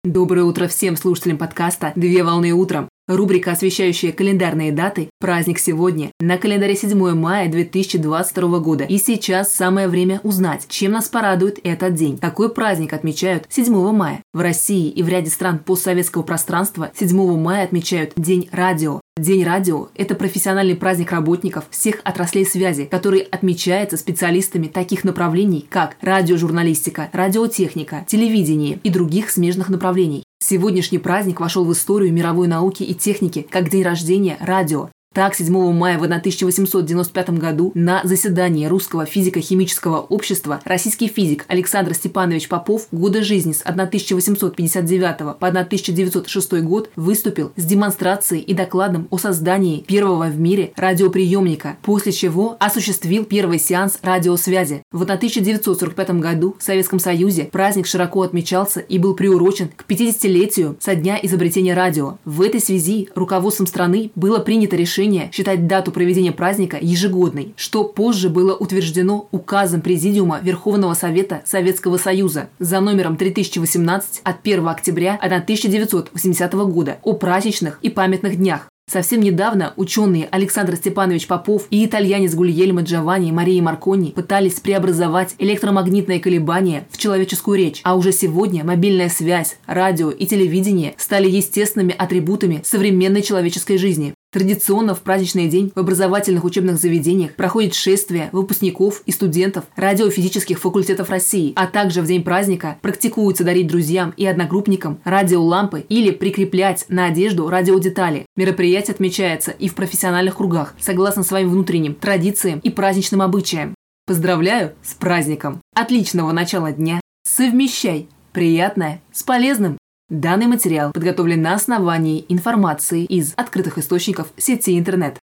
Доброе утро всем слушателям подкаста «Две волны утром». Рубрика, освещающая календарные даты. Праздник сегодня. На календаре 7 мая 2022 года. И сейчас самое время узнать, чем нас порадует этот день. Какой праздник отмечают 7 мая? В России и в ряде стран постсоветского пространства 7 мая отмечают День радио. День радио – это профессиональный праздник работников всех отраслей связи, который отмечается специалистами таких направлений, как радиожурналистика, радиотехника, телевидение и других смежных направлений. Сегодняшний праздник вошел в историю мировой науки и техники как день рождения радио. Так, 7 мая в 1895 году на заседании Русского физико-химического общества российский физик Александр Степанович Попов, годы жизни с 1859 по 1906 год, выступил с демонстрацией и докладом о создании первого в мире радиоприемника, после чего осуществил первый сеанс радиосвязи. В 1945 году в Советском Союзе праздник широко отмечался и был приурочен к 50-летию со дня изобретения радио. В этой связи руководством страны было принято решение считать дату проведения праздника ежегодной, что позже было утверждено указом Президиума Верховного Совета Советского Союза за номером 3018 от 1 октября 1980 года о праздничных и памятных днях. Совсем недавно ученые Александр Степанович Попов и итальянец Гульельмо Джованни Мария Маркони пытались преобразовать электромагнитные колебания в человеческую речь, а уже сегодня мобильная связь, радио и телевидение стали естественными атрибутами современной человеческой жизни. Традиционно в праздничный день в образовательных учебных заведениях проходит шествие выпускников и студентов радиофизических факультетов России, а также в день праздника практикуется дарить друзьям и одногруппникам радиолампы или прикреплять на одежду радиодетали. Мероприятие отмечается и в профессиональных кругах, согласно своим внутренним традициям и праздничным обычаям. Поздравляю с праздником! Отличного начала дня! Совмещай приятное с полезным! Данный материал подготовлен на основании информации из открытых источников сети интернет.